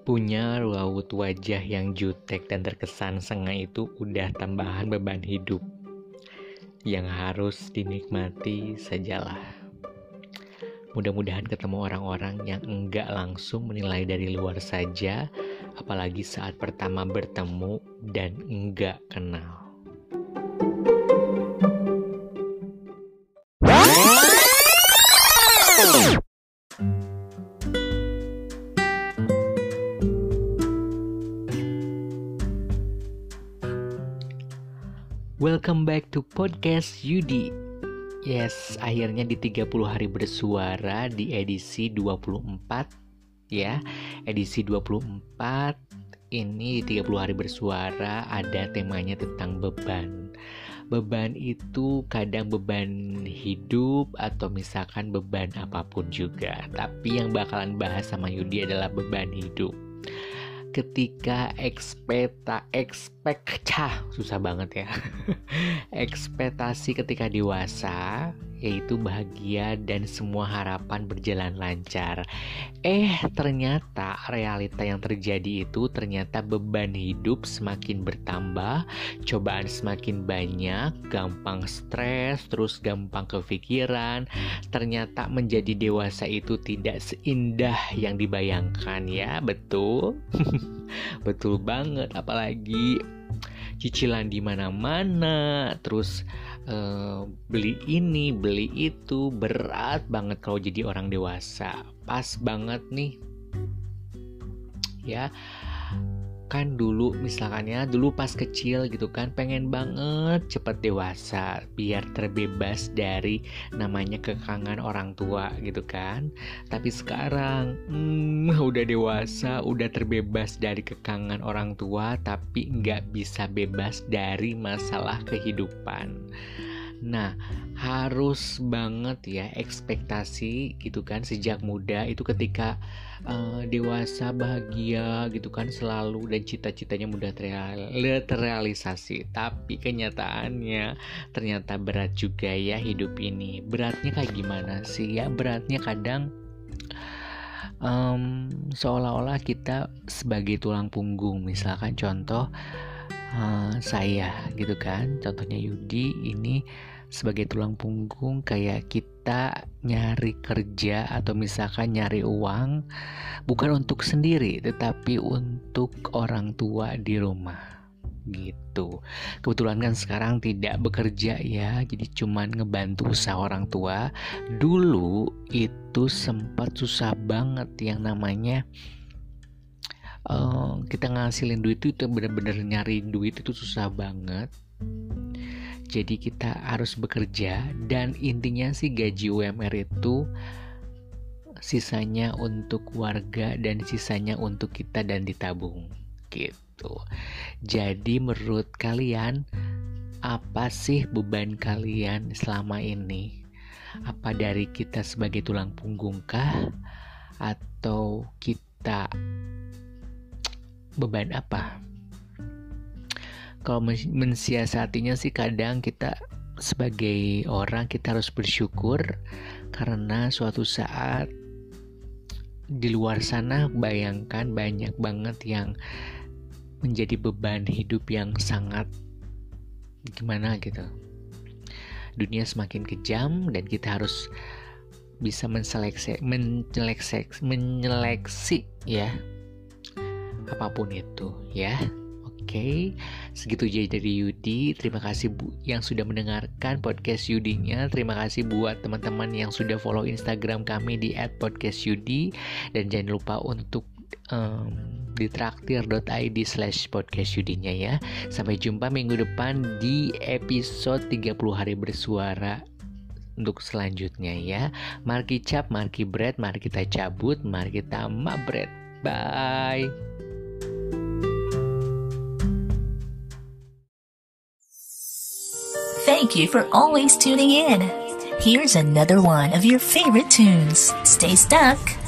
Punya raut wajah yang jutek dan terkesan sengah itu udah tambahan beban hidup yang harus dinikmati sajalah. Mudah-mudahan ketemu orang-orang yang enggak langsung menilai dari luar saja, apalagi saat pertama bertemu dan enggak kenal. Welcome back to podcast Yudi. Yes, akhirnya di 30 hari bersuara di edisi 24 ya. Edisi 24 ini di 30 hari bersuara ada temanya tentang beban. Beban itu kadang beban hidup atau misalkan beban apapun juga. Tapi yang bakalan bahas sama Yudi adalah beban hidup. Ketika susah banget ya. Ekspektasi ketika dewasa yaitu bahagia dan semua harapan berjalan lancar. Ternyata realita yang terjadi itu ternyata beban hidup semakin bertambah, cobaan semakin banyak, gampang stres, terus gampang kepikiran. Ternyata menjadi dewasa itu tidak seindah yang dibayangkan ya, betul? Betul banget, apalagi cicilan di mana-mana, terus beli ini, beli itu, berat banget kalau jadi orang dewasa. Pas banget nih. Ya. Kan dulu misalkannya dulu pas kecil gitu kan pengen banget cepet dewasa biar terbebas dari namanya kekangan orang tua gitu kan. Tapi sekarang udah dewasa, udah terbebas dari kekangan orang tua, tapi nggak bisa bebas dari masalah kehidupan. Nah, harus banget ya ekspektasi gitu kan sejak muda itu ketika dewasa bahagia gitu kan selalu dan cita-citanya mudah terrealisasi. Tapi kenyataannya ternyata berat juga ya hidup ini. Beratnya kayak gimana sih ya? Beratnya kadang seolah-olah kita sebagai tulang punggung. Misalkan contoh saya gitu kan, contohnya Yudi ini sebagai tulang punggung, kayak kita nyari kerja atau misalkan nyari uang bukan untuk sendiri tetapi untuk orang tua di rumah gitu. Kebetulan kan sekarang tidak bekerja ya, jadi cuman ngebantu usaha orang tua. Dulu itu sempat susah banget yang namanya kita ngasilin duit itu benar-benar nyari duit itu susah banget. Jadi kita harus bekerja dan intinya sih gaji UMR itu sisanya untuk warga dan sisanya untuk kita dan ditabung gitu. Jadi menurut kalian apa sih beban kalian selama ini? Apa dari kita sebagai tulang punggung kah? Atau kita beban apa? Kalau mensiasatinya sih kadang kita sebagai orang kita harus bersyukur karena suatu saat di luar sana bayangkan banyak banget yang menjadi beban hidup yang sangat gimana gitu. Dunia semakin kejam dan kita harus bisa menyeleksi ya apapun itu ya. Oke, segitu aja dari Yudi. Terima kasih yang sudah mendengarkan podcast Yudinya. Terima kasih buat teman-teman yang sudah follow Instagram kami di @podcastyudi. Dan jangan lupa untuk di traktir.id/podcastyudinya ya. Sampai jumpa minggu depan di episode 30 hari bersuara untuk selanjutnya ya. Mari cap, mari bread, mari kita cabut, mari kita mabret. Bye. Thank you for always tuning in. Here's another one of your favorite tunes. Stay stuck.